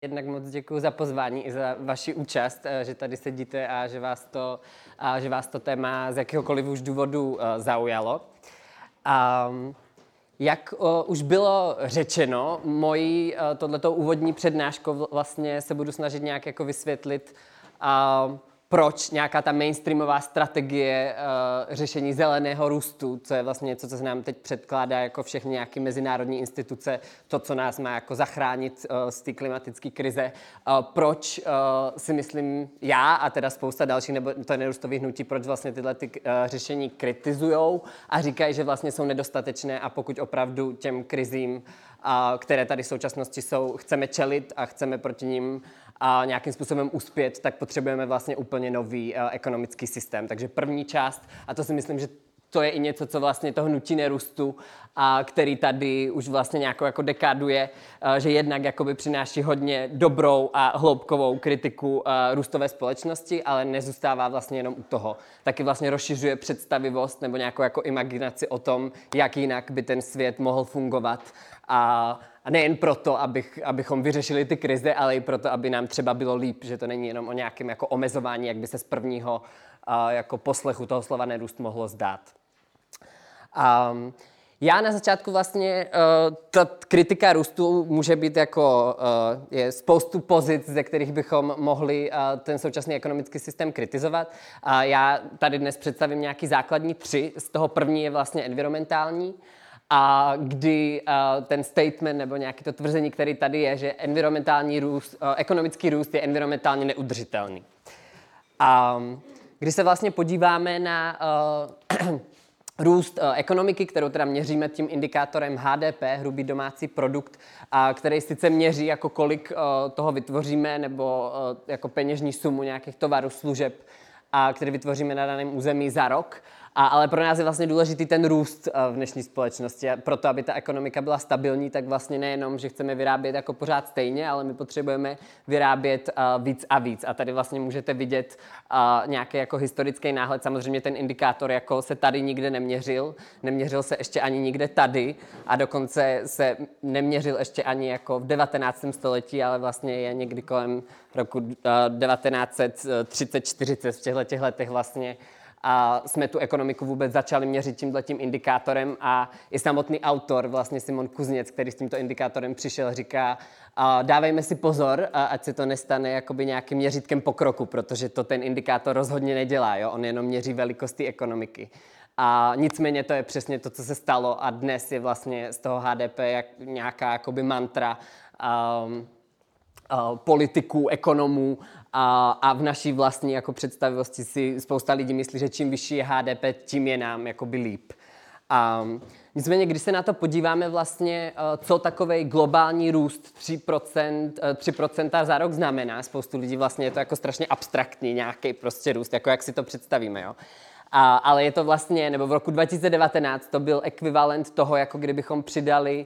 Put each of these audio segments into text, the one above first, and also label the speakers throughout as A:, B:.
A: Jednak moc děkuji za pozvání i za vaši účast, že tady sedíte a že vás to téma z jakéhokoliv už důvodu zaujalo. Jak už bylo řečeno, mojí tohleto úvodní přednáškou vlastně se budu snažit nějak jako vysvětlit, proč nějaká ta mainstreamová strategie řešení zeleného růstu, co je vlastně něco, co se nám teď předkládá jako všechny nějaké mezinárodní instituce, to, co nás má jako zachránit z té klimatické krize, proč si myslím já a teda spousta dalších, nebo to nerůstové hnutí, proč vlastně tyhle řešení kritizujou a říkají, že vlastně jsou nedostatečné a pokud opravdu těm krizím, které tady v současnosti jsou, chceme čelit a chceme proti nim a nějakým způsobem uspět, tak potřebujeme vlastně úplně nový ekonomický systém. Takže první část, a to si myslím, že to je i něco, co vlastně to hnutí nerůstu, který tady už vlastně nějakou jako dekádu je, že jednak jakoby přináší hodně dobrou a hloubkovou kritiku růstové společnosti, ale nezůstává vlastně jenom u toho. Taky vlastně rozšiřuje představivost nebo nějakou jako imaginaci o tom, jak jinak by ten svět mohl fungovat. A nejen proto, abychom vyřešili ty krize, ale i proto, aby nám třeba bylo líp, že to není jenom o nějakém jako omezování, jak by se z prvního jako poslechu toho slova nerůst mohlo zdát. Já na začátku vlastně, ta kritika růstu může být jako, je spoustu pozic, ze kterých bychom mohli ten současný ekonomický systém kritizovat. Já tady dnes představím nějaký základní 3, z toho první je vlastně environmentální, a kdy ten statement nebo nějaké to tvrzení, který tady je, že environmentální růst, ekonomický růst je environmentálně neudržitelný. Když se vlastně podíváme na růst ekonomiky, kterou teda měříme tím indikátorem HDP, hrubý domácí produkt, který sice měří, jako kolik toho vytvoříme, nebo jako peněžní sumu nějakých tovarů, služeb, který vytvoříme na daném území za rok, ale pro nás je vlastně důležitý ten růst v dnešní společnosti. A proto, aby ta ekonomika byla stabilní, tak vlastně nejenom, že chceme vyrábět jako pořád stejně, ale my potřebujeme vyrábět víc a víc. A tady vlastně můžete vidět nějaký jako historický náhled. Samozřejmě ten indikátor jako se tady nikde neměřil. Neměřil se ještě ani nikde tady a dokonce se neměřil ještě ani jako v 19. století, ale vlastně je někdy kolem roku 1930-40 v těchto letech vlastně a jsme tu ekonomiku vůbec začali měřit tímhletím indikátorem a i samotný autor, vlastně Simon Kuzněc, který s tímto indikátorem přišel, říká, dávejme si pozor, ať se to nestane jakoby nějakým měřítkem pokroku, protože to ten indikátor rozhodně nedělá, jo? On jenom měří velikost té ekonomiky. A nicméně to je přesně to, co se stalo a dnes je vlastně z toho HDP jak nějaká jakoby mantra politiků, ekonomů a v naší vlastní jako představivosti si spousta lidí myslí, že čím vyšší je HDP, tím je nám jakoby líp. Nicméně, když se na to podíváme vlastně, co takovej globální růst 3% za rok znamená, spoustu lidí vlastně je to jako strašně abstraktní nějaký prostě růst, jako jak si to představíme, jo. Ale je to vlastně, nebo v roku 2019 to byl ekvivalent toho, jako kdybychom přidali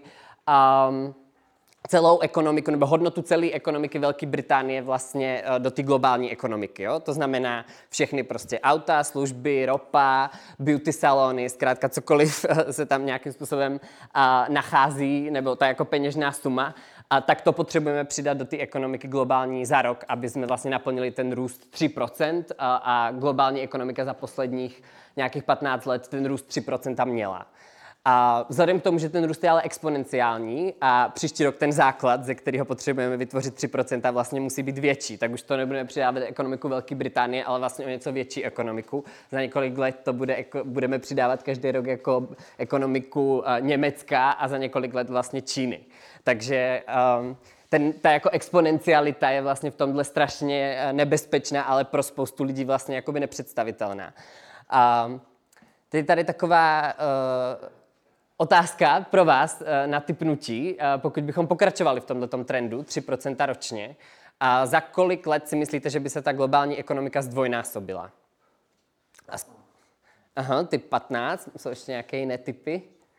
A: celou ekonomiku, nebo hodnotu celé ekonomiky Velké Británie vlastně do té globální ekonomiky. Jo? To znamená všechny prostě auta, služby, ropa, beauty salony, zkrátka cokoliv se tam nějakým způsobem nachází, nebo ta jako peněžná suma, tak to potřebujeme přidat do té ekonomiky globální za rok, aby jsme vlastně naplnili ten růst 3% a globální ekonomika za posledních nějakých 15 let ten růst 3% měla. A vzhledem k tomu, že ten růst je ale exponenciální a příští rok ten základ, ze kterého potřebujeme vytvořit 3%, vlastně musí být větší, tak už to nebudeme přidávat ekonomiku Velké Británie, ale vlastně o něco větší ekonomiku. Za několik let to budeme přidávat každý rok jako ekonomiku Německa a za několik let vlastně Číny. Takže ta jako exponencialita je vlastně v tomhle strašně nebezpečná, ale pro spoustu lidí vlastně jakoby nepředstavitelná. Teď tady taková otázka pro vás na tipnutí, pokud bychom pokračovali v tomto trendu 3% ročně, a za kolik let si myslíte, že by se ta globální ekonomika zdvojnásobila? Aha, typ 15, jsou ještě nějaké jiné typy?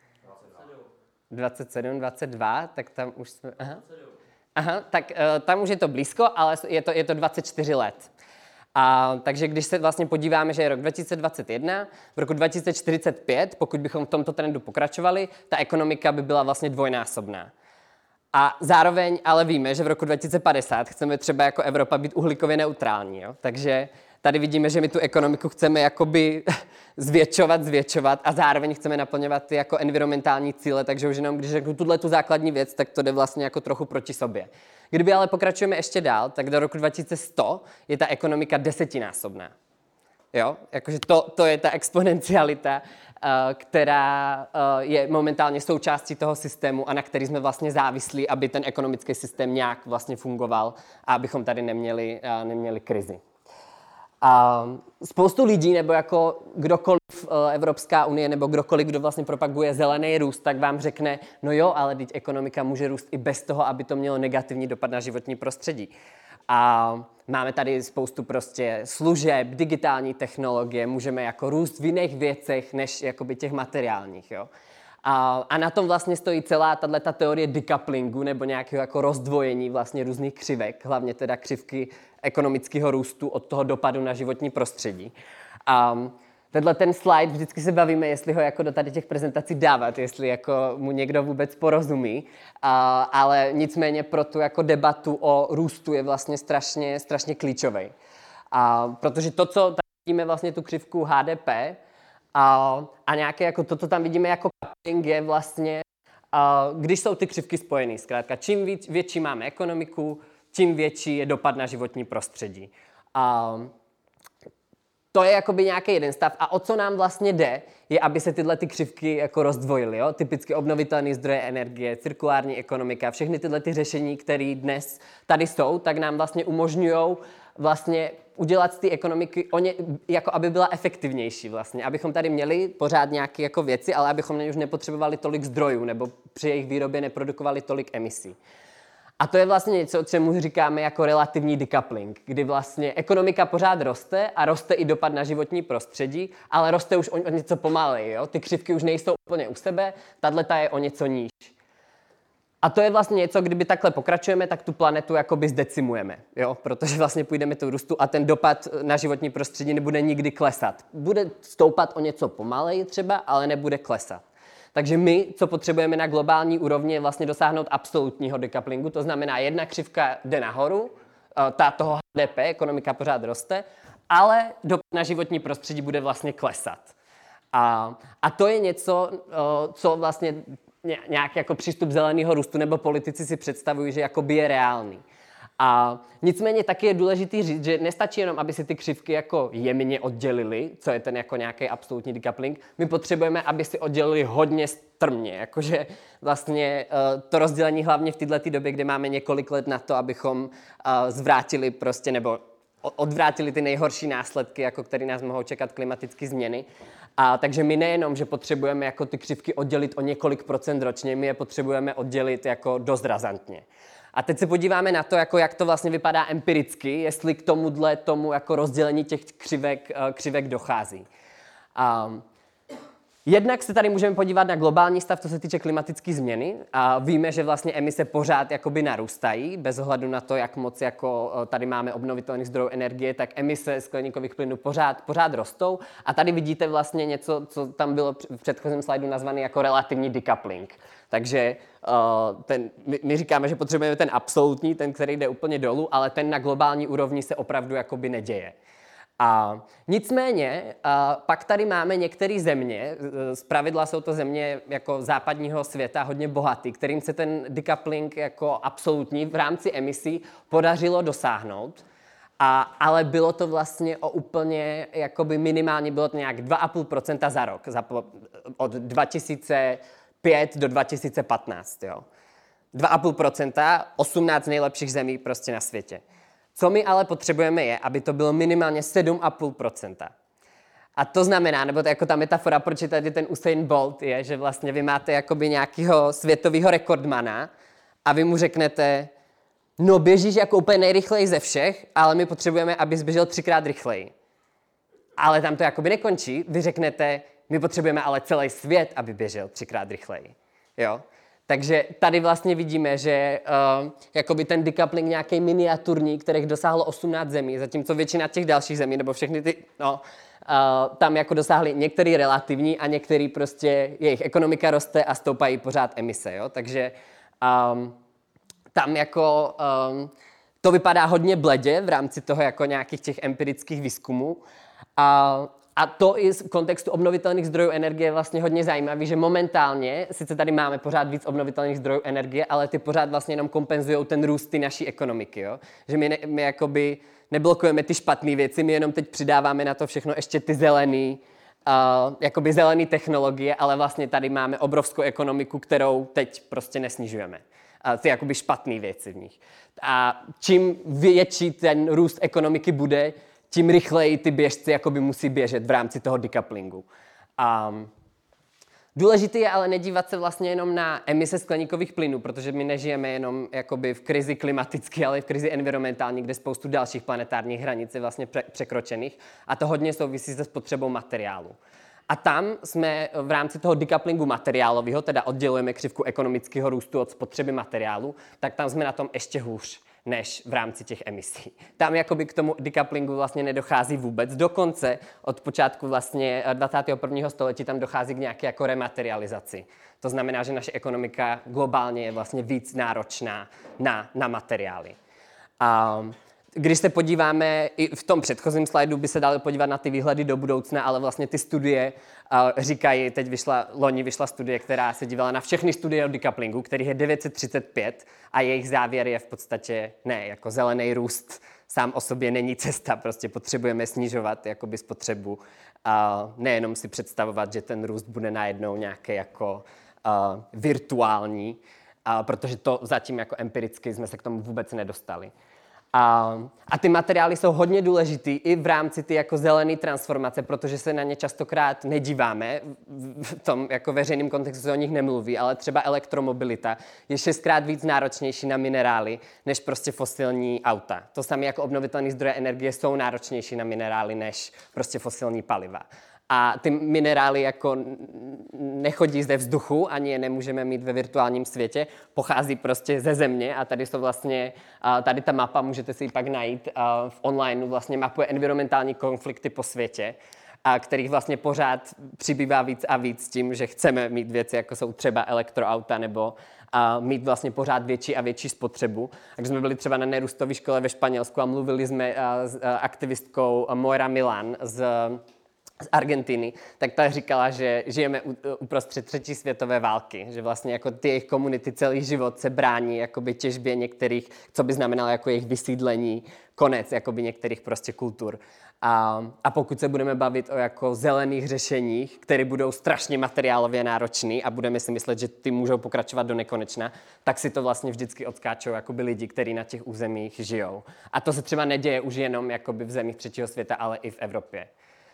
A: 27, 22, tak tam už jsme... Aha, tak tam už je to blízko, ale je to 24 let. Takže když se vlastně podíváme, že je rok 2021, v roku 2045, pokud bychom v tomto trendu pokračovali, ta ekonomika by byla vlastně dvojnásobná. A zároveň ale víme, že v roku 2050 chceme třeba jako Evropa být uhlíkově neutrální. Jo? Takže tady vidíme, že my tu ekonomiku chceme jakoby zvětšovat a zároveň chceme naplňovat ty jako environmentální cíle, takže už jenom když řeknu tuhle tu základní věc, tak to jde vlastně jako trochu proti sobě. Kdyby ale pokračujeme ještě dál, tak do roku 2100 je ta ekonomika desetinásobná. Jo? Jakože to je ta exponencialita, která je momentálně součástí toho systému a na který jsme vlastně závislí, aby ten ekonomický systém nějak vlastně fungoval a abychom tady neměli krizi. A spoustu lidí, nebo jako kdokoliv Evropská unie, nebo kdokoliv, kdo vlastně propaguje zelený růst, tak vám řekne, no jo, ale teď ekonomika může růst i bez toho, aby to mělo negativní dopad na životní prostředí. A máme tady spoustu prostě služeb, digitální technologie, můžeme jako růst v jiných věcech, než jakoby těch materiálních, jo. A na tom vlastně stojí celá tato teorie decouplingu, nebo nějakého jako rozdvojení vlastně různých křivek, hlavně teda křivky ekonomického růstu od toho dopadu na životní prostředí. Tenhle ten slide, vždycky se bavíme, jestli ho jako do tady těch prezentací dávat, jestli jako mu někdo vůbec porozumí, ale nicméně pro tu jako debatu o růstu je vlastně strašně klíčový. Protože to, co tady vidíme vlastně tu křivku HDP a nějaké jako to, co tam vidíme jako coupling, je vlastně, když jsou ty křivky spojený. Zkrátka, čím větší máme ekonomiku, tím větší je dopad na životní prostředí. To je jakoby nějaký jeden stav. A o co nám vlastně jde, je, aby se tyhle ty křivky jako rozdvojily. Jo? Typicky obnovitelné zdroje energie, cirkulární ekonomika, všechny tyhle ty řešení, které dnes tady jsou, tak nám vlastně umožňují vlastně udělat z té ekonomiky, jako aby byla efektivnější vlastně. Abychom tady měli pořád nějaké jako věci, ale abychom už nepotřebovali tolik zdrojů nebo při jejich výrobě neprodukovali tolik emisí. A to je vlastně něco, čemu říkáme jako relativní decoupling, kdy vlastně ekonomika pořád roste a roste i dopad na životní prostředí, ale roste už o něco pomaleji. Jo? Ty křivky už nejsou úplně u sebe, tato je o něco níž. A to je vlastně něco, kdyby takhle pokračujeme, tak tu planetu jakoby zdecimujeme, jo? Protože vlastně půjdeme tou růstu a ten dopad na životní prostředí nebude nikdy klesat. Bude stoupat o něco pomaleji třeba, ale nebude klesat. Takže my, co potřebujeme na globální úrovni, je vlastně dosáhnout absolutního decouplingu, to znamená, jedna křivka jde nahoru, ta toho HDP, ekonomika pořád roste, ale dopad na životní prostředí bude vlastně klesat. A to je něco, co vlastně nějak jako přístup zeleného růstu nebo politici si představují, že jakoby je reálný. A nicméně taky je důležitý říct, že nestačí jenom, aby si ty křivky jako jemně oddělily, co je ten jako nějaký absolutní decoupling. My potřebujeme, aby si oddělili hodně strmě, jakože vlastně to rozdělení hlavně v této době, kde máme několik let na to, abychom zvrátili prostě nebo odvrátili ty nejhorší následky, jako které nás mohou čekat klimatické změny. Takže my nejenom, že potřebujeme jako ty křivky oddělit o několik procent ročně, my je potřebujeme oddělit jako dost razantně. A teď se podíváme na to, jako jak to vlastně vypadá empiricky, jestli k tomu jako rozdělení těch křivek dochází. Jednak se tady můžeme podívat na globální stav, co se týče klimatické změny. A víme, že vlastně emise pořád jakoby narůstají, bez ohledu na to, jak moc jako tady máme obnovitelných zdrojů energie, tak emise skleníkových plynů pořád rostou. A tady vidíte vlastně něco, co tam bylo v předchozím slajdu nazvaný jako relativní decoupling. Takže my říkáme, že potřebujeme ten absolutní, ten, který jde úplně dolů, ale ten na globální úrovni se opravdu jakoby neděje. Nicméně pak tady máme některé země, zpravidla jsou to země jako západního světa hodně bohatý, kterým se ten decoupling jako absolutní v rámci emisí podařilo dosáhnout, ale bylo to vlastně o úplně jakoby minimálně, bylo to nějak 2,5% za rok, od 2005 do 2015. Jo. 2,5%, 18 nejlepších zemí prostě na světě. Co my ale potřebujeme je, aby to bylo minimálně 7,5%. A to znamená, nebo to jako ta metafora, proč je tady ten Usain Bolt, je, že vlastně vy máte jakoby nějakého světového rekordmana a vy mu řeknete, no běžíš jako úplně nejrychleji ze všech, ale my potřebujeme, abys běžel 3x rychleji. Ale tam to jakoby nekončí, vy řeknete, my potřebujeme ale celý svět, aby běžel 3x rychleji. Jo? Takže tady vlastně vidíme, že jakoby ten decoupling nějaký miniaturní, kterých dosáhlo 18 zemí, zatímco většina těch dalších zemí, nebo všechny ty, tam jako dosáhly některý relativní a některý prostě jejich ekonomika roste a stoupají pořád emise. Jo? Takže tam jako to vypadá hodně bledě v rámci toho jako nějakých těch empirických výzkumů. A to i v kontextu obnovitelných zdrojů energie je vlastně hodně zajímavé, že momentálně, sice tady máme pořád víc obnovitelných zdrojů energie, ale ty pořád vlastně jenom kompenzují ten růst ty naší ekonomiky. Jo? Že my jakoby neblokujeme ty špatné věci, my jenom teď přidáváme na to všechno ještě ty jakoby zelený technologie, ale vlastně tady máme obrovskou ekonomiku, kterou teď prostě nesnižujeme. Ty jakoby špatné věci v nich. A čím větší ten růst ekonomiky bude, tím rychleji ty běžci jakoby musí běžet v rámci toho decouplingu. Důležité je ale nedívat se vlastně jenom na emise skleníkových plynů, protože my nežijeme jenom jakoby v krizi klimatické, ale i v krizi environmentální, kde spoustu dalších planetárních hranic je vlastně překročených a to hodně souvisí se spotřebou materiálu. A tam jsme v rámci toho decouplingu materiálového, teda oddělujeme křivku ekonomického růstu od spotřeby materiálu, tak tam jsme na tom ještě hůř než v rámci těch emisí. Tam jakoby k tomu decouplingu vlastně nedochází vůbec. Dokonce od počátku vlastně 21. století tam dochází k nějaké jako rematerializaci. To znamená, že naše ekonomika globálně je vlastně víc náročná na materiály. Když se podíváme, i v tom předchozím slajdu by se dalo podívat na ty výhledy do budoucna, ale vlastně ty studie říkají, loni vyšla studie, která se dívala na všechny studie o decouplingu, kterých je 935 a jejich závěr je v podstatě ne, jako zelený růst sám o sobě není cesta, prostě potřebujeme snižovat jakoby spotřebu a nejenom si představovat, že ten růst bude najednou nějaký jako virtuální, protože to zatím jako empiricky jsme se k tomu vůbec nedostali. A ty materiály jsou hodně důležitý i v rámci ty jako zelené transformace, protože se na ně častokrát nedíváme, v tom jako veřejném kontextu se o nich nemluví, ale třeba elektromobilita je 6krát víc náročnější na minerály než prostě fosilní auta. To samé jako obnovitelné zdroje energie jsou náročnější na minerály než prostě fosilní paliva. A ty minerály jako nechodí ze vzduchu, ani je nemůžeme mít ve virtuálním světě, pochází prostě ze země a tady jsou vlastně, tady ta mapa, můžete si ji pak najít v online, vlastně mapuje environmentální konflikty po světě, kterých vlastně pořád přibývá víc a víc s tím, že chceme mít věci, jako jsou třeba elektroauta nebo mít vlastně pořád větší a větší spotřebu. A když jsme byli třeba na nerůstové škole ve Španělsku a mluvili jsme s aktivistkou Moira Milán z Argentiny, tak ta říkala, že žijeme uprostřed třetí světové války, že vlastně jako ty jejich komunity celý život se brání jakoby těžbě některých, co by znamenalo jako jejich vysídlení, konec jakoby některých prostě kultur. A pokud se budeme bavit o jako zelených řešeních, které budou strašně materiálově náročný a budeme si myslet, že ty můžou pokračovat do nekonečna, tak si to vlastně vždycky odskáčou jakoby lidi, kteří na těch územích žijou. A to se třeba neděje už jenom jakoby v zemích třetího světa, ale i v Evropě.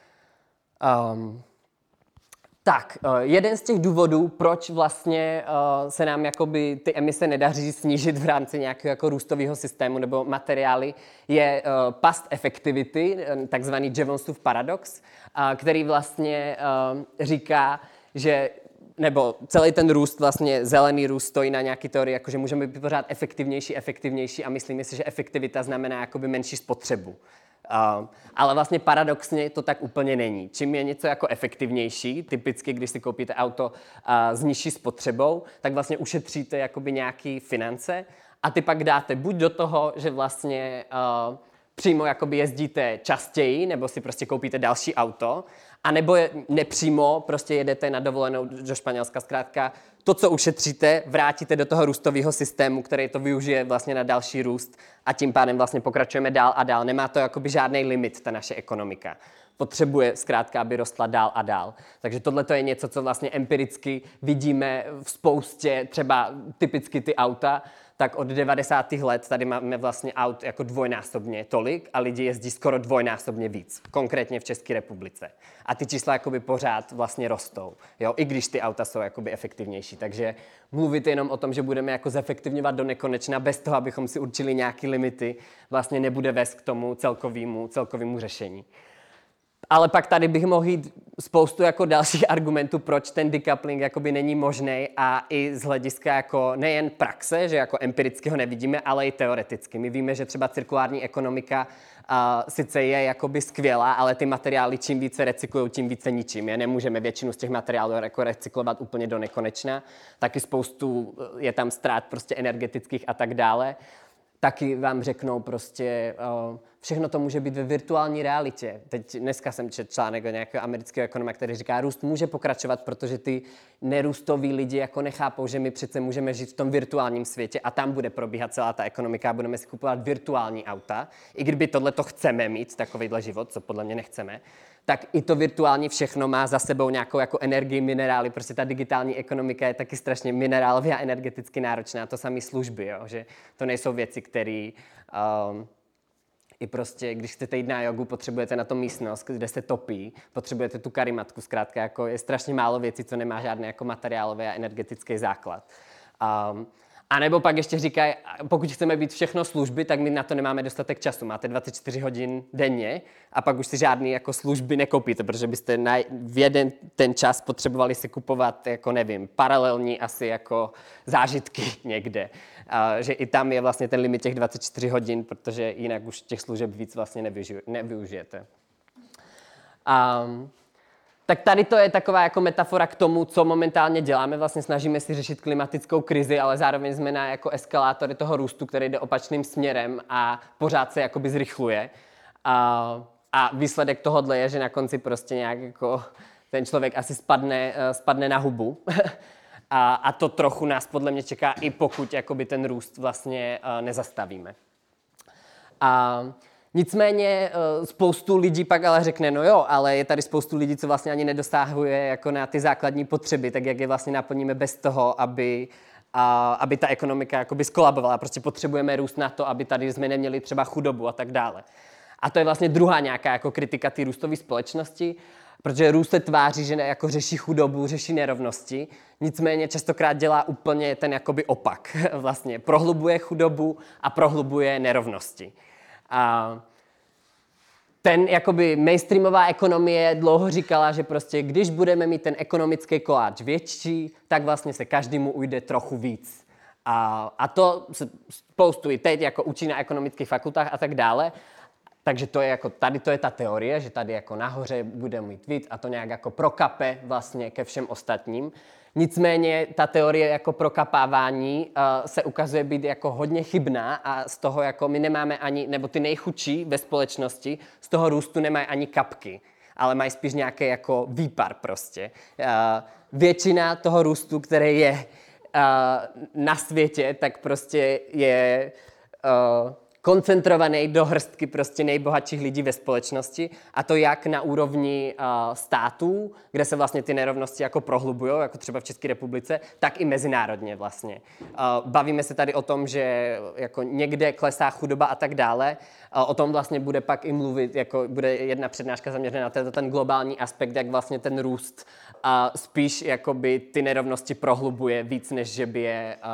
A: Jeden z těch důvodů, proč vlastně se nám jakoby ty emise nedaří snížit v rámci nějakého jako růstového systému nebo materiály, je past efektivity, takzvaný Jevonsův paradox, který vlastně říká, že nebo celý ten růst, vlastně zelený růst stojí na nějaký teorii, jakože můžeme být pořád efektivnější a myslíme si, že efektivita znamená jakoby menší spotřebu. Ale vlastně paradoxně to tak úplně není. Čím je něco jako efektivnější, typicky když si koupíte auto s nižší spotřebou, tak vlastně ušetříte jakoby nějaký finance a ty pak dáte buď do toho, že vlastně přímo jakoby jezdíte častěji, nebo si prostě koupíte další auto, a nebo nepřímo prostě jedete na dovolenou do Španělska. Zkrátka to, co ušetříte, vrátíte do toho růstového systému, který to využije vlastně na další růst a tím pádem vlastně pokračujeme dál a dál. Nemá to jakoby žádný limit, ta naše ekonomika. Potřebuje zkrátka, aby rostla dál a dál. Takže tohle je něco, co vlastně empiricky vidíme v spoustě, třeba typicky ty auta, tak od 90. let tady máme vlastně aut jako dvojnásobně tolik a lidi jezdí skoro dvojnásobně víc, konkrétně v České republice. A ty čísla jakoby pořád vlastně rostou, jo? I když ty auta jsou jakoby efektivnější. Takže mluvit jenom o tom, že budeme jako zefektivňovat do nekonečna bez toho, abychom si určili nějaké limity, vlastně nebude vést k tomu celkovému řešení. Ale pak tady bych mohl jít spoustu jako dalších argumentů, proč ten decoupling jakoby není možný a i z hlediska jako nejen praxe, že jako empiricky ho nevidíme, ale i teoreticky. My víme, že třeba cirkulární ekonomika sice je jakoby skvělá, ale ty materiály čím více recyklují, tím více ničím. Je nemůžeme většinu z těch materiálů jako recyklovat úplně do nekonečna. Taky spoustu je tam ztrát prostě energetických a tak dále. Taky vám řeknou prostě, všechno to může být ve virtuální realitě. Teď dneska jsem četl článek o nějakého amerického ekonoma, který říká, růst může pokračovat, protože ty nerůstoví lidi jako nechápou, že my přece můžeme žít v tom virtuálním světě a tam bude probíhat celá ta ekonomika a budeme si kupovat virtuální auta. I kdyby tohle to chceme mít, takovýhle život, co podle mě nechceme, tak i to virtuální všechno má za sebou nějakou jako energii, minerály. Prostě ta digitální ekonomika je taky strašně minerálově a energeticky náročná. To samé služby, jo? Že to nejsou věci, které i prostě, když chcete jít na jogu, potřebujete na to místnost, kde se topí, potřebujete tu karimatku, zkrátka jako je strašně málo věcí, co nemá žádný jako materiálový a energetický základ. A nebo pak ještě říkají, pokud chceme být všechno služby, tak my na to nemáme dostatek času. Máte 24 hodin denně a pak už si žádný jako služby nekoupíte, protože byste v jeden ten čas potřebovali si kupovat, jako nevím, paralelní asi jako zážitky někde. Že i tam je vlastně ten limit těch 24 hodin, protože jinak už těch služeb víc vlastně nevyužijete. Tak tady to je taková jako metafora k tomu, co momentálně děláme. Vlastně snažíme si řešit klimatickou krizi, ale zároveň jsme na jako eskalátory toho růstu, který jde opačným směrem a pořád se jakoby zrychluje. A výsledek tohohle je, že na konci prostě nějak jako ten člověk asi spadne na hubu. A to trochu nás podle mě čeká, i pokud jakoby ten růst vlastně nezastavíme. Nicméně spoustu lidí pak ale řekne, no jo, ale je tady spoustu lidí, co vlastně ani nedosahuje jako na ty základní potřeby, tak jak je vlastně naplníme bez toho, aby ta ekonomika jakoby skolabovala. Prostě potřebujeme růst na to, aby tady jsme neměli třeba chudobu a tak dále. A to je vlastně druhá nějaká jako kritika té růstové společnosti, protože růst se tváří, že jako řeší chudobu, řeší nerovnosti, nicméně častokrát dělá úplně ten jakoby opak. Vlastně prohlubuje chudobu a prohlubuje nerovnosti. Ten jakoby mainstreamová ekonomie dlouho říkala, že prostě když budeme mít ten ekonomický koláč větší, tak vlastně se každému ujde trochu víc. A to se spoustu i teď jako učí na ekonomických fakultách a tak dále. Takže to je jako, tady to je ta teorie, že tady jako nahoře bude mít víc a to nějak jako prokape vlastně ke všem ostatním. Nicméně ta teorie jako prokapávání se ukazuje být jako hodně chybná a z toho jako my nemáme ani, nebo ty nejchudší ve společnosti z toho růstu nemají ani kapky, ale mají spíš nějaký jako výpar prostě. Většina toho růstu, který je na světě, tak prostě je koncentrovaný do hrstky prostě nejbohatších lidí ve společnosti a to jak na úrovni států, kde se vlastně ty nerovnosti jako prohlubujou, jako třeba v České republice, tak i mezinárodně vlastně. Bavíme se tady o tom, že jako někde klesá chudoba a tak dále. O tom vlastně bude pak i mluvit, jako bude jedna přednáška zaměřená na ten globální aspekt, jak vlastně ten růst spíš jakoby ty nerovnosti prohlubuje víc, než že by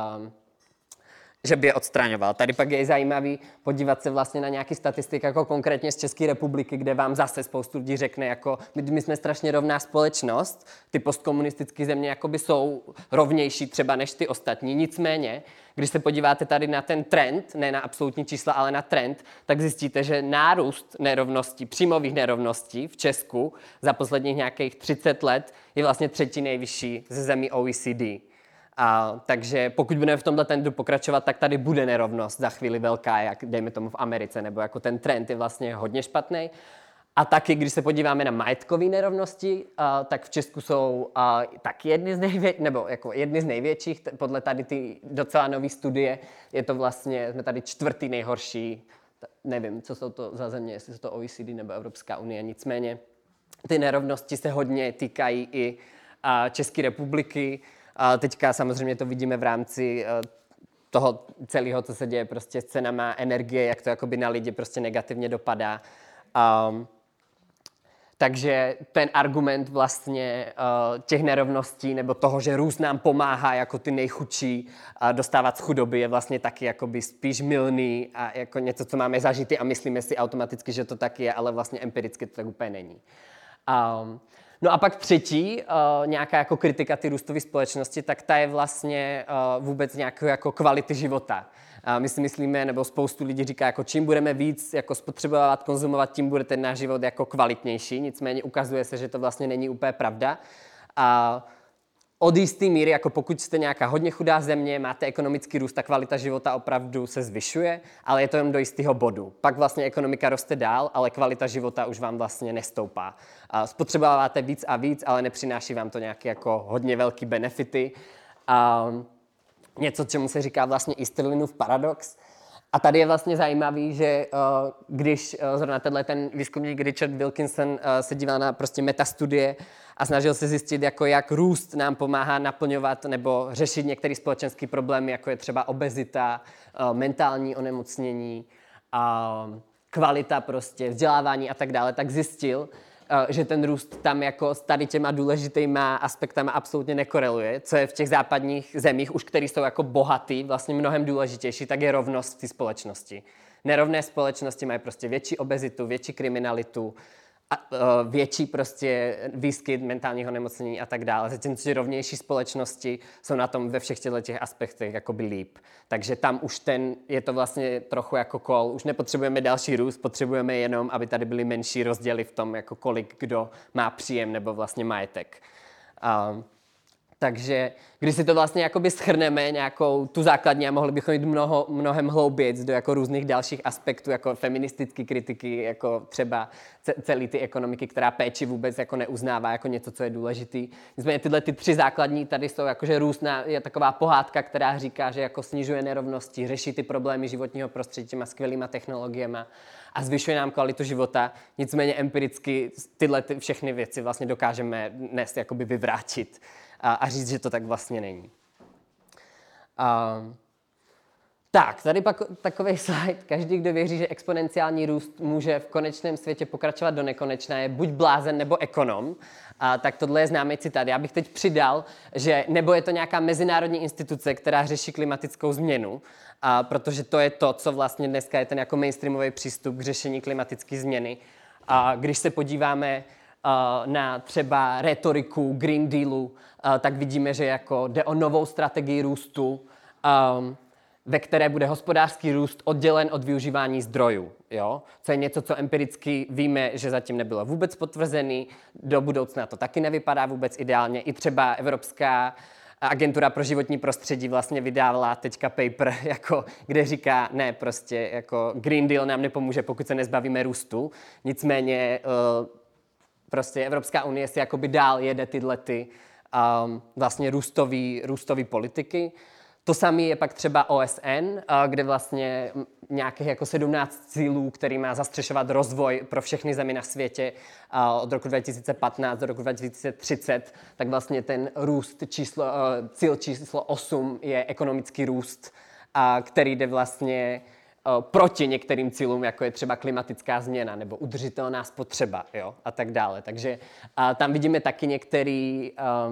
A: je odstraňoval. Tady pak je zajímavý podívat se vlastně na nějaký statistik, jako konkrétně z České republiky, kde vám zase spoustu lidí řekne, jako my jsme strašně rovná společnost, ty postkomunistické země jakoby jsou rovnější třeba než ty ostatní. Nicméně, když se podíváte tady na ten trend, ne na absolutní čísla, ale na trend, tak zjistíte, že nárůst nerovností, příjmových nerovností v Česku za posledních nějakých 30 let je vlastně třetí nejvyšší ze zemí OECD. Takže pokud budeme v tomto trendu pokračovat, tak tady bude nerovnost za chvíli velká, jak dejme tomu v Americe, nebo jako ten trend je vlastně hodně špatný. A taky, když se podíváme na majetkové nerovnosti, tak v Česku jsou taky jedny z největších, podle tady ty docela nové studie, je to vlastně, jsme tady čtvrtý nejhorší, nevím, co jsou to za země, jestli jsou to OECD nebo Evropská unie, nicméně ty nerovnosti se hodně týkají i České republiky. Teďka samozřejmě to vidíme v rámci toho celého, co se děje prostě s cenama energie, jak to jakoby na lidi prostě negativně dopadá. Takže ten argument vlastně těch nerovností nebo toho, že růst nám pomáhá jako ty nejchudší dostávat z chudoby, je vlastně taky jakoby spíš mylný a jako něco, co máme zažitý a myslíme si automaticky, že to tak je, ale vlastně empiricky to tak úplně není. No a pak třetí, nějaká jako kritika ty růstové společnosti, tak ta je vlastně vůbec nějakou jako kvality života. My si myslíme, nebo spoustu lidí říká, jako čím budeme víc jako spotřebovat, konzumovat, tím bude ten náš život jako kvalitnější. Nicméně ukazuje se, že to vlastně není úplně pravda. A od jistý míry, jako pokud jste nějaká hodně chudá země, máte ekonomický růst, ta kvalita života opravdu se zvyšuje, ale je to jen do jistého bodu. Pak vlastně ekonomika roste dál, ale kvalita života už vám vlastně nestoupá. Spotřebováváte víc a víc, ale nepřináší vám to nějaké jako hodně velký benefity. Něco, čemu se říká vlastně Easterlinův paradox. A tady je vlastně zajímavý, že když zrovna ten výzkumník Richard Wilkinson se díval na prostě metastudie a snažil se zjistit, jako jak růst nám pomáhá naplňovat nebo řešit některé společenské problémy, jako je třeba obezita, mentální onemocnění, kvalita prostě, vzdělávání a tak dále, tak zjistil, že ten růst tam jako s tady těma důležitýma aspektama absolutně nekoreluje, co je v těch západních zemích, už který jsou jako bohatý, vlastně mnohem důležitější, tak je rovnost v té společnosti. Nerovné společnosti mají prostě větší obezitu, větší kriminalitu, větší prostě výskyt mentálních onemocnění a tak dále. Zatímco rovnější společnosti jsou na tom ve všech těch aspektech jakoby líp. Takže tam už je to vlastně trochu jako kol. Už nepotřebujeme další růst, potřebujeme jenom, aby tady byly menší rozdíly v tom, jako kolik kdo má příjem nebo vlastně majetek. Takže když si to vlastně jakoby shrneme nějakou tu základní a mohli bychom jít mnohem hlouběji do jako různých dalších aspektů, jako feministické kritiky, jako třeba celý ty ekonomiky, která péči vůbec jako neuznává jako něco, co je důležitý. Nicméně tyhle ty tři základní tady jsou, jakože růst je taková pohádka, která říká, že jako snižuje nerovnosti, řeší ty problémy životního prostředí těma skvělýma technologiemi a zvyšuje nám kvalitu života. Nicméně empiricky tyhle všechny věci vlastně dokážeme dnes jakoby vyvrátit a říct, že to tak vlastně není. Tak, tady pak takový slide. Každý, kdo věří, že exponenciální růst může v konečném světě pokračovat do nekonečna, je buď blázen nebo ekonom. Tak tohle je známý citát. Já bych teď přidal, že nebo je to nějaká mezinárodní instituce, která řeší klimatickou změnu, protože to je to, co vlastně dneska je ten jako mainstreamový přístup k řešení klimatické změny. Když se podíváme na třeba retoriku Green Dealu, tak vidíme, že jako jde o novou strategii růstu, ve které bude hospodářský růst oddělen od využívání zdrojů. Jo? Co je něco, co empiricky víme, že zatím nebylo vůbec potvrzený, do budoucna to taky nevypadá vůbec ideálně. I třeba Evropská agentura pro životní prostředí vlastně vydávala teďka paper, jako, kde říká, ne, prostě jako Green Deal nám nepomůže, pokud se nezbavíme růstu. Nicméně prostě Evropská unie si jakoby dál jede tyhle vlastně růstový politiky. To samé je pak třeba OSN, kde vlastně nějakých jako 17 cílů, který má zastřešovat rozvoj pro všechny země na světě od roku 2015 do roku 2030, tak vlastně ten cíl číslo 8 je ekonomický růst, který jde vlastně proti některým cílům, jako je třeba klimatická změna nebo udržitelná spotřeba, jo, a tak dále. Takže tam vidíme taky některý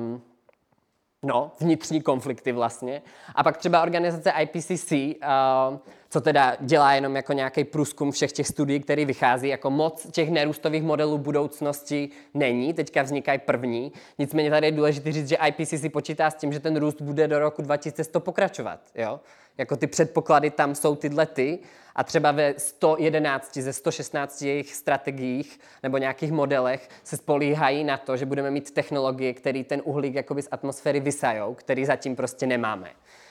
A: vnitřní konflikty vlastně. A pak třeba organizace IPCC, co teda dělá jenom jako nějaký průzkum všech těch studií, který vychází, jako moc těch nerůstových modelů budoucnosti není, teďka vznikají první. Nicméně tady je důležité říct, že IPCC počítá s tím, že ten růst bude do roku 2100 pokračovat, jo. Jako ty předpoklady tam jsou tyhle a třeba ve 111 ze 116 jejich strategiích nebo nějakých modelech se spolíhají na to, že budeme mít technologie, které ten uhlík jakoby z atmosféry vysajou, který zatím prostě nemáme.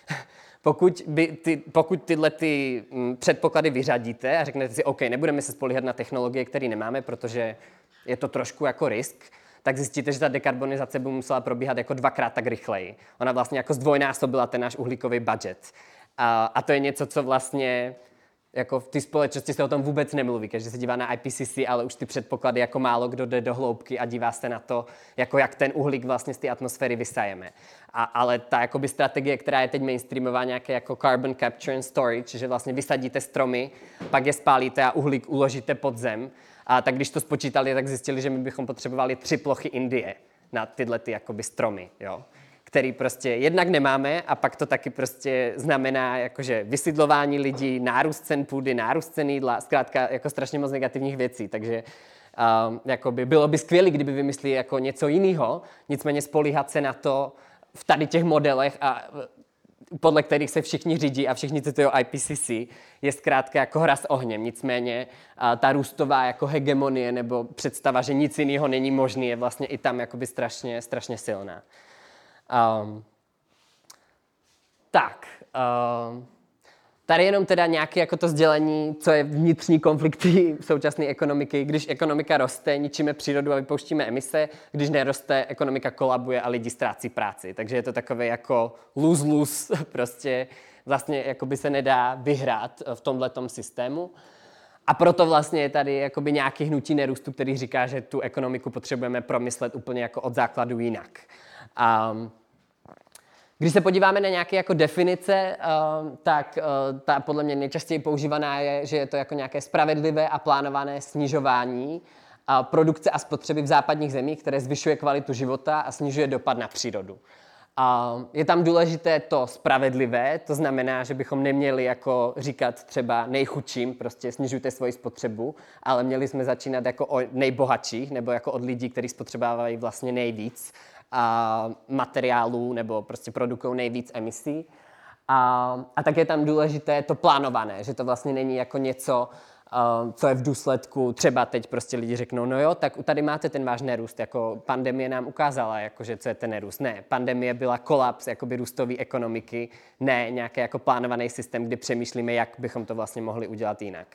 A: Pokud tyhle předpoklady vyřadíte a řeknete si, OK, nebudeme se spolíhat na technologie, které nemáme, protože je to trošku jako risk, tak zjistíte, že ta dekarbonizace by musela probíhat jako 2x tak rychleji. Ona vlastně jako zdvojnásobila ten náš uhlíkový budget. A to je něco, co vlastně jako v té společnosti se o tom vůbec nemluví, každý se dívá na IPCC, ale už ty předpoklady jako málo kdo jde do hloubky a dívá se na to, jako jak ten uhlík vlastně z té atmosféry vysajeme. Ale ta jakoby strategie, která je teď mainstreamová, nějaké jako carbon capture and storage, že vlastně vysadíte stromy, pak je spálíte a uhlík uložíte pod zem, a tak když to spočítali, tak zjistili, že my bychom potřebovali 3 plochy Indie na tyhle ty jakoby stromy, jo, který prostě jednak nemáme a pak to taky prostě znamená jakože vysidlování lidí, nárůst cen půdy, nárůst cen jídla, zkrátka jako strašně moc negativních věcí, takže jakoby bylo by skvělé, kdyby vymysleli jako něco jiného, nicméně spolíhat se na to v tady těch modelech a podle kterých se všichni řídí a všichni citují IPCC, je zkrátka jako hra s ohněm. Nicméně ta růstová jako hegemonie nebo představa, že nic jiného není možné, je vlastně i tam jakoby strašně silná. Tady jenom teda nějaké jako to sdělení, co je vnitřní konflikty současné ekonomiky. Když ekonomika roste, ničíme přírodu a vypouštíme emise. Když neroste, ekonomika kolabuje a lidi ztrácí práci. Takže je to takové jako lose-lose, prostě vlastně jakoby se nedá vyhrát v tomhletom systému. A proto vlastně je tady jakoby nějaký hnutí nerůstu, který říká, že tu ekonomiku potřebujeme promyslet úplně jako od základu jinak. Když se podíváme na nějaké jako definice, tak ta podle mě nejčastěji používaná je, že je to jako nějaké spravedlivé a plánované snižování produkce a spotřeby v západních zemích, které zvyšuje kvalitu života a snižuje dopad na přírodu. Je tam důležité to spravedlivé, to znamená, že bychom neměli jako říkat třeba nejchudším, prostě snižujte svoji spotřebu, ale měli jsme začínat jako od nejbohatších nebo jako od lidí, kteří spotřebávají vlastně nejvíc materiálů nebo prostě produkují nejvíc emisí. A tak je tam důležité to plánované, že to vlastně není jako něco, co je v důsledku, třeba teď prostě lidi řeknou, no jo, tak tady máte ten váš nerůst, jako pandemie nám ukázala, jakože co je ten nerůst. Ne, pandemie byla kolaps jakoby růstové ekonomiky, ne nějaký jako plánovaný systém, kdy přemýšlíme, jak bychom to vlastně mohli udělat jinak.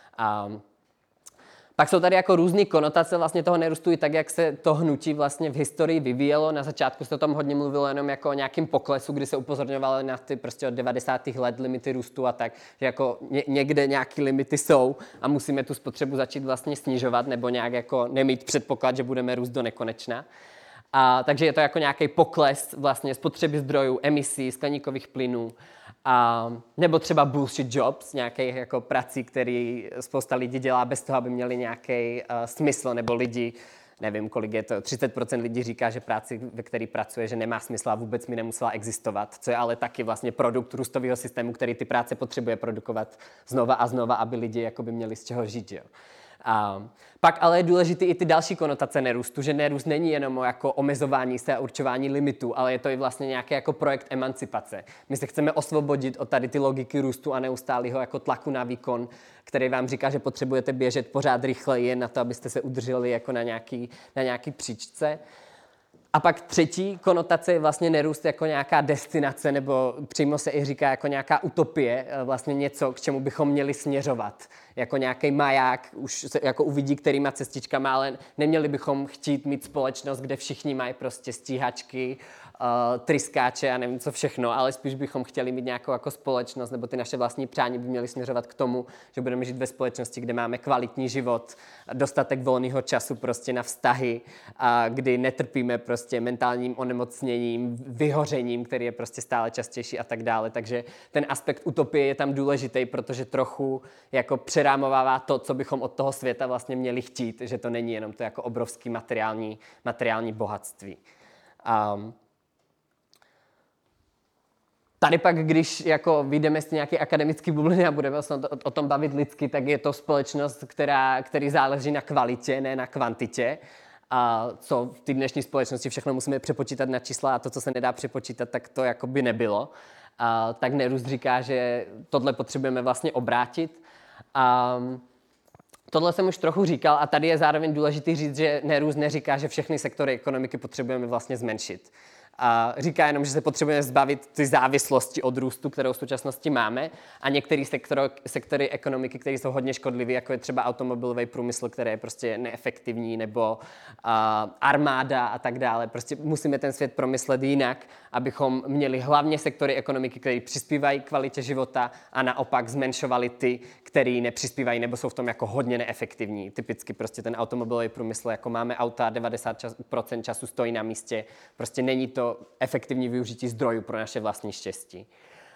A: Pak jsou tady jako různé konotace vlastně toho nerůstu i tak, jak se to hnutí vlastně v historii vyvíjelo. Na začátku se o tom hodně mluvilo jenom jako o nějakém poklesu, kdy se upozorňovalo na ty prostě od 90. let limity růstu a tak, že jako někde nějaké limity jsou a musíme tu spotřebu začít vlastně snižovat nebo nějak jako nemít předpoklad, že budeme růst do nekonečna. Takže je to jako nějaký pokles vlastně spotřeby zdrojů, emisí, skleníkových plynů, nebo třeba bullshit jobs, nějakých jako prací, který spousta lidí dělá bez toho, aby měli nějaký smysl, nebo lidi, nevím, kolik je to, 30% lidí říká, že práci, ve které pracuje, že nemá smysl a vůbec mi nemusela existovat, co je ale taky vlastně produkt růstového systému, který ty práce potřebuje produkovat znova a znova, aby lidi jakoby měli z čeho žít, jo. Pak ale je důležitý i ty další konotace nerůstu, že nerůst není jenom o jako omezování se a určování limitů, ale je to i vlastně nějaký jako projekt emancipace. My se chceme osvobodit od tady ty logiky růstu a neustálého jako tlaku na výkon, který vám říká, že potřebujete běžet pořád rychleji jen na to, abyste se udrželi jako na nějaký příčce. A pak třetí konotace je vlastně nerůst jako nějaká destinace, nebo přímo se i říká jako nějaká utopie, vlastně něco, k čemu bychom měli směřovat. Jako nějaký maják, už se jako uvidí, kterýma cestičkama, ale neměli bychom chtít mít společnost, kde všichni mají prostě stíhačky, tryskáče a nevím co všechno, ale spíš bychom chtěli mít nějakou jako společnost, nebo ty naše vlastní přání by měly směřovat k tomu, že budeme žít ve společnosti, kde máme kvalitní život, dostatek volného času prostě na vztahy, kdy netrpíme prostě mentálním onemocněním, vyhořením, který je prostě stále častější a tak dále. Takže ten aspekt utopie je tam důležitý, protože trochu jako přerámovává to, co bychom od toho světa vlastně měli chtít, že to není jenom to jako obrovský materiální bohatství. Tady pak, když jako vyjdeme z nějaké akademické bubliny a budeme se o tom bavit lidsky, tak je to společnost, který záleží na kvalitě, ne na kvantitě. A co v té dnešní společnosti všechno musíme přepočítat na čísla a to, co se nedá přepočítat, tak to jako by nebylo. Tak nerůst říká, že tohle potřebujeme vlastně obrátit. Tohle jsem už trochu říkal a tady je zároveň důležitý říct, že nerůst neříká, že všechny sektory ekonomiky potřebujeme vlastně zmenšit. A říká jenom, že se potřebujeme zbavit ty závislosti od růstu, kterou v současnosti máme, a některé sektory ekonomiky, které jsou hodně škodlivé, jako je třeba automobilový průmysl, který je prostě neefektivní, nebo armáda a tak dále. Prostě musíme ten svět promyslet jinak, abychom měli hlavně sektory ekonomiky, které přispívají k kvalitě života, a naopak zmenšovali ty, který nepřispívají nebo jsou v tom jako hodně neefektivní. Typicky prostě ten automobilový průmysl, jako máme auta, 90% času stojí na místě, prostě není to efektivní využití zdrojů pro naše vlastní štěstí.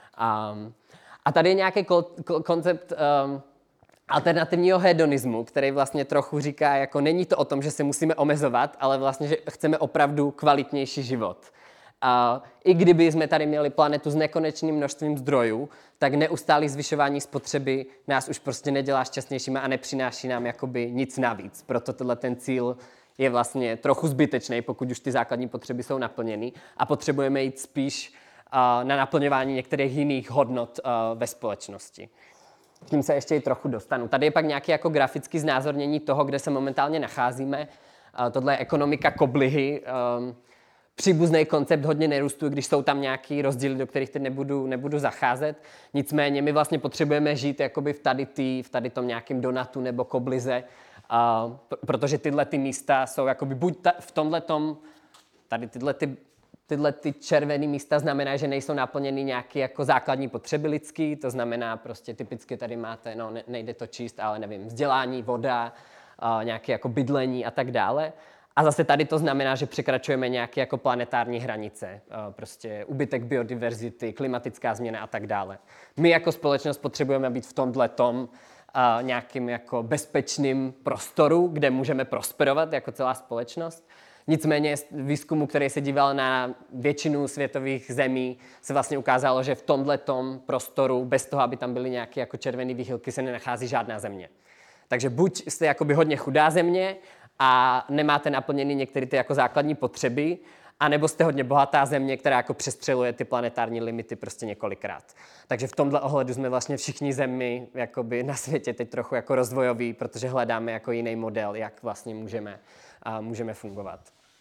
A: A tady je nějaký koncept alternativního hedonismu, který vlastně trochu říká, jako není to o tom, že se musíme omezovat, ale vlastně, že chceme opravdu kvalitnější život. I kdyby jsme tady měli planetu s nekonečným množstvím zdrojů, tak neustálý zvyšování spotřeby nás už prostě nedělá šťastnějšíma a nepřináší nám jakoby nic navíc. Proto tenhle ten cíl je vlastně trochu zbytečný, pokud už ty základní potřeby jsou naplněny, a potřebujeme jít spíš na naplňování některých jiných hodnot ve společnosti. K tím se ještě i trochu dostanu. Tady je pak nějaké jako grafické znázornění toho, kde se momentálně nacházíme. Tohle je ekonomika koblihy. Příbuzný koncept, hodně nerůstu, když jsou tam nějaký rozdíly, do kterých teď nebudu zacházet. Nicméně my vlastně potřebujeme žít jakoby v tady tom nějakém donatu nebo koblize, protože tyhle ty místa jsou jakoby buď v tomhletom, tady tyhle ty červené místa znamená, že nejsou naplněny nějaké jako základní potřeby lidský, to znamená prostě typicky tady máte, no nejde to číst, ale nevím, vzdělání, voda, nějaké jako bydlení a tak dále. A zase tady to znamená, že překračujeme nějaké jako planetární hranice, prostě úbytek biodiverzity, klimatická změna a tak dále. My jako společnost potřebujeme být v tomhletom nějakým jako bezpečným prostoru, kde můžeme prosperovat jako celá společnost. Nicméně z výzkumu, který se díval na většinu světových zemí, se vlastně ukázalo, že v tomhletom prostoru, bez toho, aby tam byly nějaké jako červené výchylky, se nenachází žádná země. Takže buď jste jakoby hodně chudá země a nemáte naplněny některé ty jako základní potřeby, anebo jste hodně bohatá země, která jako přestřeluje ty planetární limity prostě několikrát. Takže v tomhle ohledu jsme vlastně všichni zemi jakoby na světě teď trochu jako rozvojoví, protože hledáme jako jiný model, jak vlastně můžeme fungovat.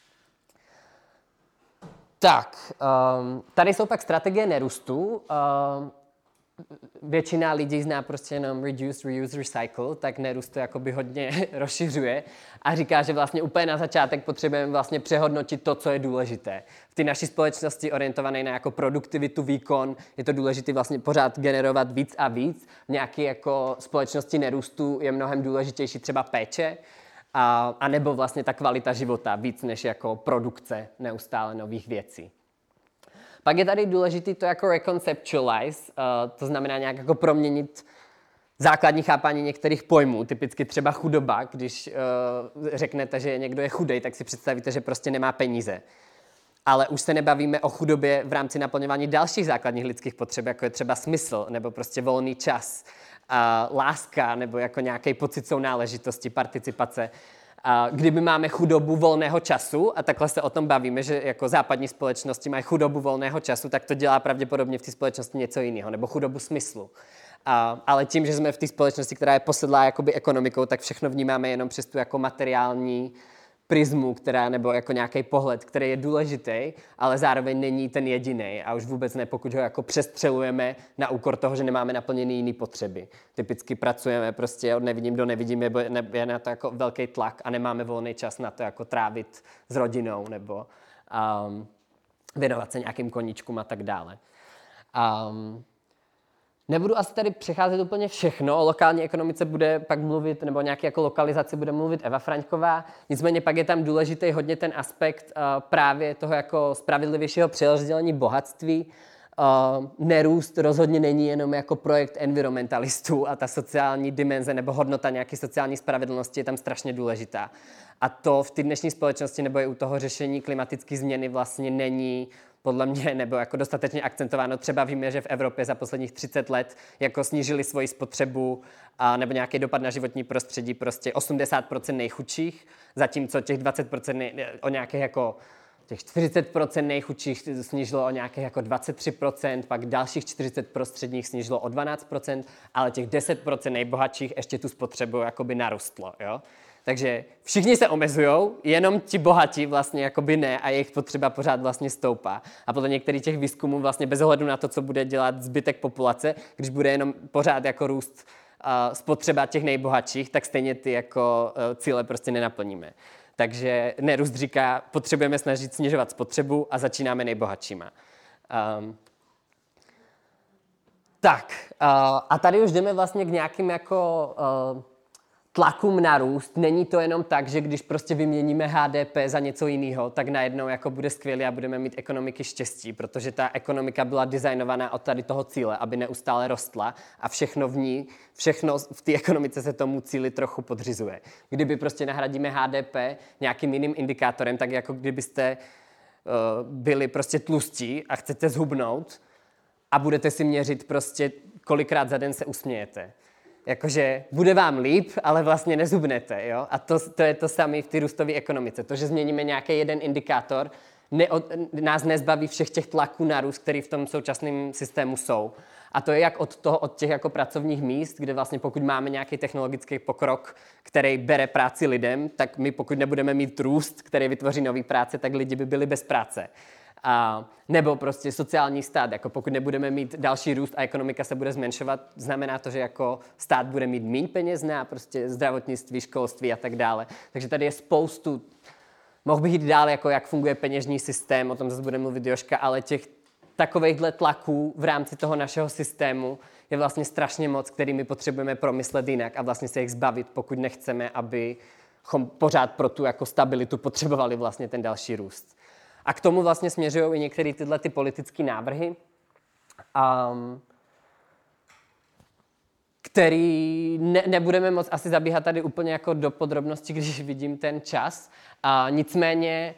A: Tak, tady jsou pak strategie nerůstu. Většina lidí zná prostě jenom reduce, reuse, recycle, tak nerůst to jakoby hodně rozšiřuje a říká, že vlastně úplně na začátek potřebujeme vlastně přehodnotit to, co je důležité. V té naší společnosti orientované na jako produktivitu, výkon, je to důležité vlastně pořád generovat víc a víc. V nějaké jako společnosti nerůstu je mnohem důležitější třeba péče, a nebo vlastně ta kvalita života víc než jako produkce neustále nových věcí. Pak je tady důležité to jako reconceptualize, to znamená nějak jako proměnit základní chápání některých pojmů, typicky třeba chudoba. Když řeknete, že někdo je chudej, tak si představíte, že prostě nemá peníze. Ale už se nebavíme o chudobě v rámci naplňování dalších základních lidských potřeb, jako je třeba smysl, nebo prostě volný čas, láska, nebo jako nějaký pocit sounáležitosti, participace. Kdyby máme chudobu volného času, a takhle se o tom bavíme, že jako západní společnosti mají chudobu volného času, tak to dělá pravděpodobně v té společnosti něco jiného, nebo chudobu smyslu. Ale tím, že jsme v té společnosti, která je posedlá jakoby ekonomikou, tak všechno vnímáme jenom přes tu jako materiální prismu, nebo jako nějaký pohled, který je důležitý, ale zároveň není ten jediný, a už vůbec ne, pokud ho jako přestřelujeme na úkor toho, že nemáme naplněný jiný potřeby. Typicky pracujeme prostě od nevidím do nevidím, je na to jako velký tlak a nemáme volný čas na to jako trávit s rodinou nebo věnovat se nějakým koníčkům a tak dále. Nebudu asi tady přecházet úplně všechno, o lokální ekonomice bude pak mluvit, nebo nějaké jako lokalizaci bude mluvit Eva Fraňková, nicméně pak je tam důležitý hodně ten aspekt právě toho jako spravedlivějšího přerozdělení bohatství. Nerůst rozhodně není jenom jako projekt environmentalistů a ta sociální dimenze nebo hodnota nějaké sociální spravedlnosti je tam strašně důležitá. A to v té dnešní společnosti nebo i u toho řešení klimatické změny vlastně není podle mě nebo jako dostatečně akcentováno. Třeba víme, že v Evropě za posledních 30 let jako snížili svoji spotřebu nebo nějaký dopad na životní prostředí prostě 80% nejchudších, zatímco těch 20% o nějakých jako těch 40% nejchudších snížilo o nějakých jako 23%, pak dalších 40% prostředních snížilo o 12%, ale těch 10% nejbohatších ještě tu spotřebu jakoby narostlo, jo. Takže všichni se omezujou, jenom ti bohatí vlastně jakoby ne a jejich potřeba pořád vlastně stoupá. A podle některých těch výzkumů vlastně bez ohledu na to, co bude dělat zbytek populace, když bude jenom pořád jako růst spotřeba těch nejbohatších, tak stejně ty jako cíle prostě nenaplníme. Takže Nerůst říká, potřebujeme snažit snižovat spotřebu a začínáme nejbohatšíma. A tady už jdeme vlastně k nějakým jako tlakům na růst. Není to jenom tak, že když prostě vyměníme HDP za něco jiného, tak najednou jako bude skvělý a budeme mít ekonomiky štěstí, protože ta ekonomika byla designovaná od tady toho cíle, aby neustále rostla a všechno v té ekonomice se tomu cíli trochu podřizuje. Kdyby prostě nahradíme HDP nějakým jiným indikátorem, tak jako kdybyste byli prostě tlustí a chcete zhubnout a budete si měřit prostě, kolikrát za den se usmějete. Jakože bude vám líp, ale vlastně nezhubnete, jo? A to je to samé v té růstové ekonomice. To, že změníme nějaký jeden indikátor, nás nezbaví všech těch tlaků na růst, který v tom současném systému jsou. A to je jak od těch jako pracovních míst, kde vlastně pokud máme nějaký technologický pokrok, který bere práci lidem, tak my pokud nebudeme mít růst, který vytvoří nový práce, tak lidi by byli bez práce. Nebo prostě sociální stát, jako pokud nebudeme mít další růst a ekonomika se bude zmenšovat, znamená to, že jako stát bude mít méně peněz na prostě zdravotnictví, školství a tak dále. Takže tady je spoustu, mohl bych jít dál, jako jak funguje peněžní systém, o tom zase bude mluvit Jožka, ale těch takovejhle tlaků v rámci toho našeho systému je vlastně strašně moc, který my potřebujeme promyslet jinak a vlastně se jich zbavit, pokud nechceme, abychom pořád pro tu jako stabilitu potřebovali vlastně ten další růst. A k tomu vlastně směřují i některé tyhle ty politické návrhy, který nebudeme moc asi zabíhat tady úplně jako do podrobností, když vidím ten čas. Nicméně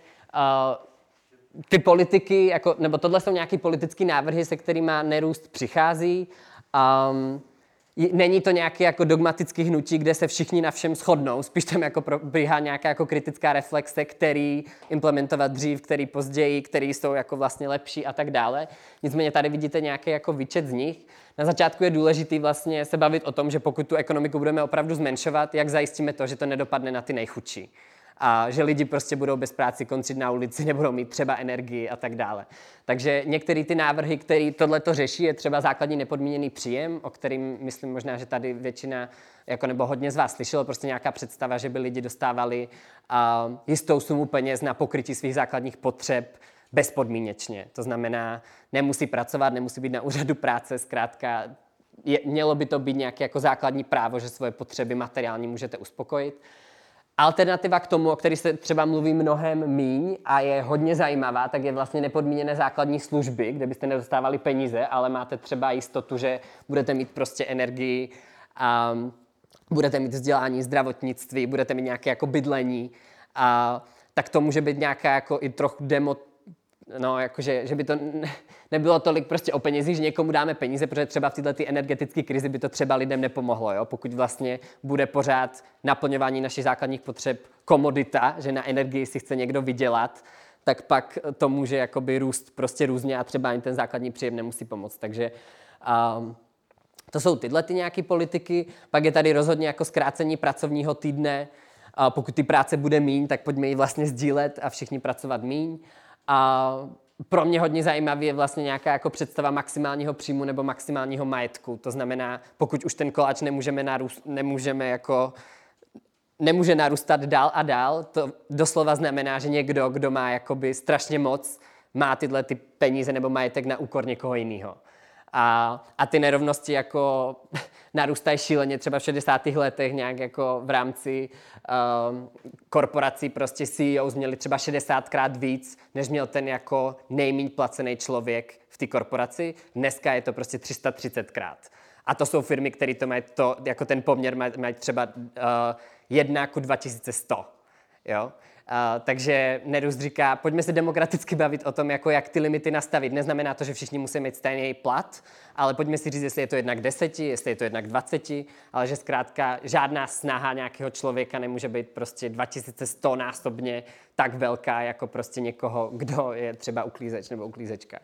A: ty politiky, jako, nebo tohle jsou nějaké politické návrhy, se kterými Nerůst přichází. Není to nějaké jako dogmatické hnutí, kde se všichni na všem shodnou, spíš tam jako probíhá nějaká jako kritická reflexe, který implementovat dřív, který později, který jsou jako vlastně lepší a tak dále. Nicméně tady vidíte nějaký jako výčet z nich. Na začátku je důležitý vlastně se bavit o tom, že pokud tu ekonomiku budeme opravdu zmenšovat, jak zajistíme to, že to nedopadne na ty nejchudší. A že lidi prostě budou bez práci končit na ulici, nebudou mít třeba energii a tak dále. Takže některé ty návrhy, které tohleto řeší, je třeba základní nepodmíněný příjem, o kterým myslím možná, že tady většina, jako nebo hodně z vás slyšelo, prostě nějaká představa, že by lidi dostávali jistou sumu peněz na pokrytí svých základních potřeb bezpodmínečně. To znamená, nemusí pracovat, nemusí být na úřadu práce, zkrátka mělo by to být nějaké jako základní právo, že svoje potřeby materiální můžete uspokojit. Alternativa k tomu, o který se třeba mluví mnohem míň a je hodně zajímavá, tak je vlastně nepodmíněné základní služby, kde byste nedostávali peníze, ale máte třeba jistotu, že budete mít prostě energii, budete mít vzdělání, zdravotnictví, budete mít nějaké jako bydlení. Tak to může být nějaká jako i trochu jakože, že by to nebylo tolik prostě o penězích, že někomu dáme peníze, protože třeba v této energetické krizi by to třeba lidem nepomohlo, jo? Pokud vlastně bude pořád naplňování našich základních potřeb komodita, že na energii si chce někdo vydělat, tak pak to může jakoby růst prostě různě a třeba ani ten základní příjem nemusí pomoct. Takže to jsou tyhle ty nějaké politiky. Pak je tady rozhodně jako zkrácení pracovního týdne. Pokud ty práce bude míň, tak pojďme ji vlastně sdílet a všichni pracovat míň. A pro mě hodně zajímavý je vlastně nějaká jako představa maximálního příjmu nebo maximálního majetku. To znamená, pokud už ten koláč nemůže narůstat dál a dál, to doslova znamená, že někdo, kdo má jakoby strašně moc, má tyhle ty peníze nebo majetek na úkor někoho jiného. A ty nerovnosti jako narůstají šíleně, třeba v 60. letech nějak jako v rámci korporací prostě CEOs měli třeba 60krát víc, než měl ten jako nejméně placený člověk v té korporaci. Dneska je to prostě 330krát. A to jsou firmy, které to mají jako ten poměr mají třeba 1:2100. Jo? Takže Nerůst říká, pojďme se demokraticky bavit o tom, jako jak ty limity nastavit. Neznamená to, že všichni musí mít stejný plat, ale pojďme si říct, jestli je to jednak 10, jestli je to jednak 20, ale že zkrátka žádná snaha nějakého člověka nemůže být prostě 2100 násobně tak velká, jako prostě někoho, kdo je třeba uklízeč nebo uklízečka.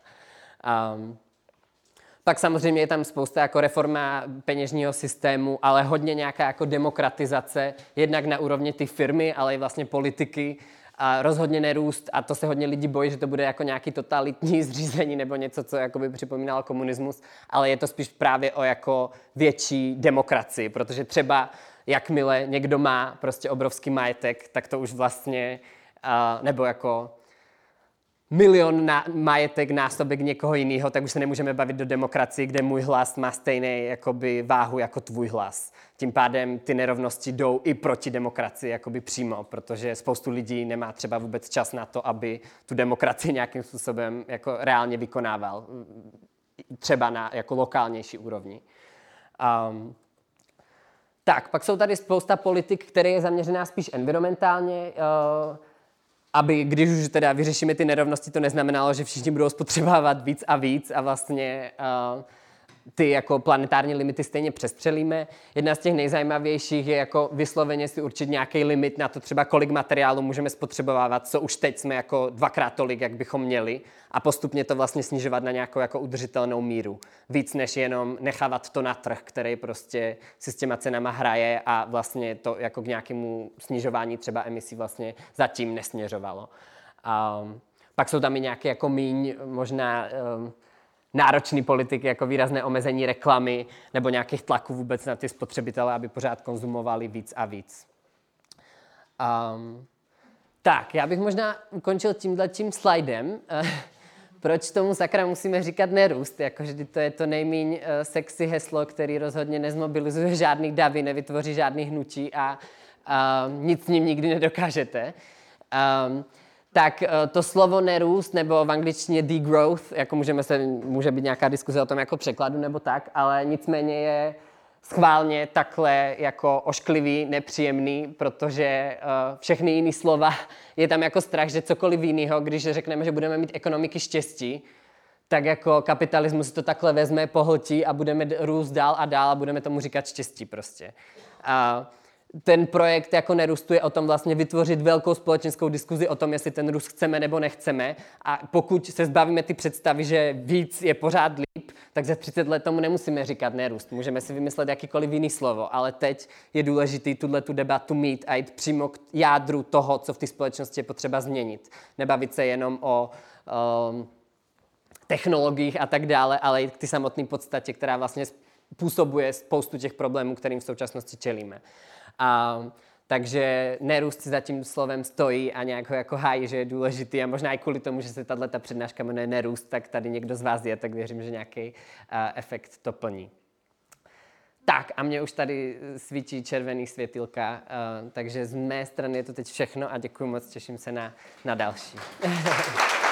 A: Pak samozřejmě je tam spousta jako reforma peněžního systému, ale hodně nějaká jako demokratizace, jednak na úrovni ty firmy, ale i vlastně politiky. A rozhodně Nerůst, a to se hodně lidí bojí, že to bude jako nějaký totalitní zřízení nebo něco, co jako by připomínalo komunismus, ale je to spíš právě o jako větší demokracii, protože třeba jakmile někdo má prostě obrovský majetek, tak to už vlastně, nebo jako milion majetek násobek někoho jiného, tak už se nemůžeme bavit do demokracii, kde můj hlas má stejný jakoby váhu jako tvůj hlas. Tím pádem ty nerovnosti jdou i proti demokracii jakoby přímo, protože spoustu lidí nemá třeba vůbec čas na to, aby tu demokracii nějakým způsobem jako reálně vykonával. Třeba na jako lokálnější úrovni. Tak, pak jsou tady spousta politik, které je zaměřená spíš environmentálně, aby když už teda vyřešíme ty nerovnosti, to neznamenalo, že všichni budou spotřebovávat víc a vlastně ty jako planetární limity stejně přestřelíme. Jedna z těch nejzajímavějších je jako vysloveně si určit nějaký limit na to třeba, kolik materiálu můžeme spotřebovávat, co už teď jsme jako dvakrát tolik, jak bychom měli, a postupně to vlastně snižovat na nějakou jako udržitelnou míru. Víc než jenom nechávat to na trh, který prostě si s těma cenama hraje a vlastně to jako k nějakému snižování třeba emisí vlastně zatím nesměřovalo. Pak jsou tam i nějaké jako míň možná náročný politiky, jako výrazné omezení reklamy nebo nějakých tlaků vůbec na ty spotřebitele, aby pořád konzumovali víc a víc. Tak, já bych možná ukončil tímhletím slajdem. Proč tomu sakra musíme říkat Nerůst? Jakože to je to nejméně sexy heslo, který rozhodně nezmobilizuje žádný davy, nevytvoří žádný hnutí a nic s ním nikdy nedokážete. Tak to slovo nerůst, nebo v angličtině degrowth, jako může být nějaká diskuze o tom jako překladu nebo tak, ale nicméně je schválně takhle jako ošklivý, nepříjemný, protože všechny jiný slova je tam jako strach, že cokoliv jiného, když řekneme, že budeme mít ekonomiky štěstí, tak jako kapitalismus to takhle vezme, pohltí a budeme růst dál a budeme tomu říkat štěstí prostě. Ten projekt jako Nerůstu je o tom vlastně vytvořit velkou společenskou diskuzi o tom, jestli ten růst chceme nebo nechceme. A pokud se zbavíme ty představy, že víc je pořád líp, tak za 30 let tomu nemusíme říkat nerůst. Můžeme si vymyslet jakýkoliv jiný slovo, ale teď je důležité tu debatu mít a jít přímo k jádru toho, co v té společnosti je potřeba změnit. Nebavit se jenom o technologiích a tak dále, ale jít k té samotné podstatě, která vlastně způsobuje spoustu těch problémů, kterým v současnosti čelíme. Takže nerůst si za tím slovem stojí a nějak ho jako hájí, že je důležitý a možná i kvůli tomu, že se tato přednáška jmenuje Nerůst, tak tady někdo z vás je, tak věřím, že nějaký efekt to plní. Tak a mě už tady svítí červený světilka, takže z mé strany je to teď všechno a děkuji moc, těším se na další.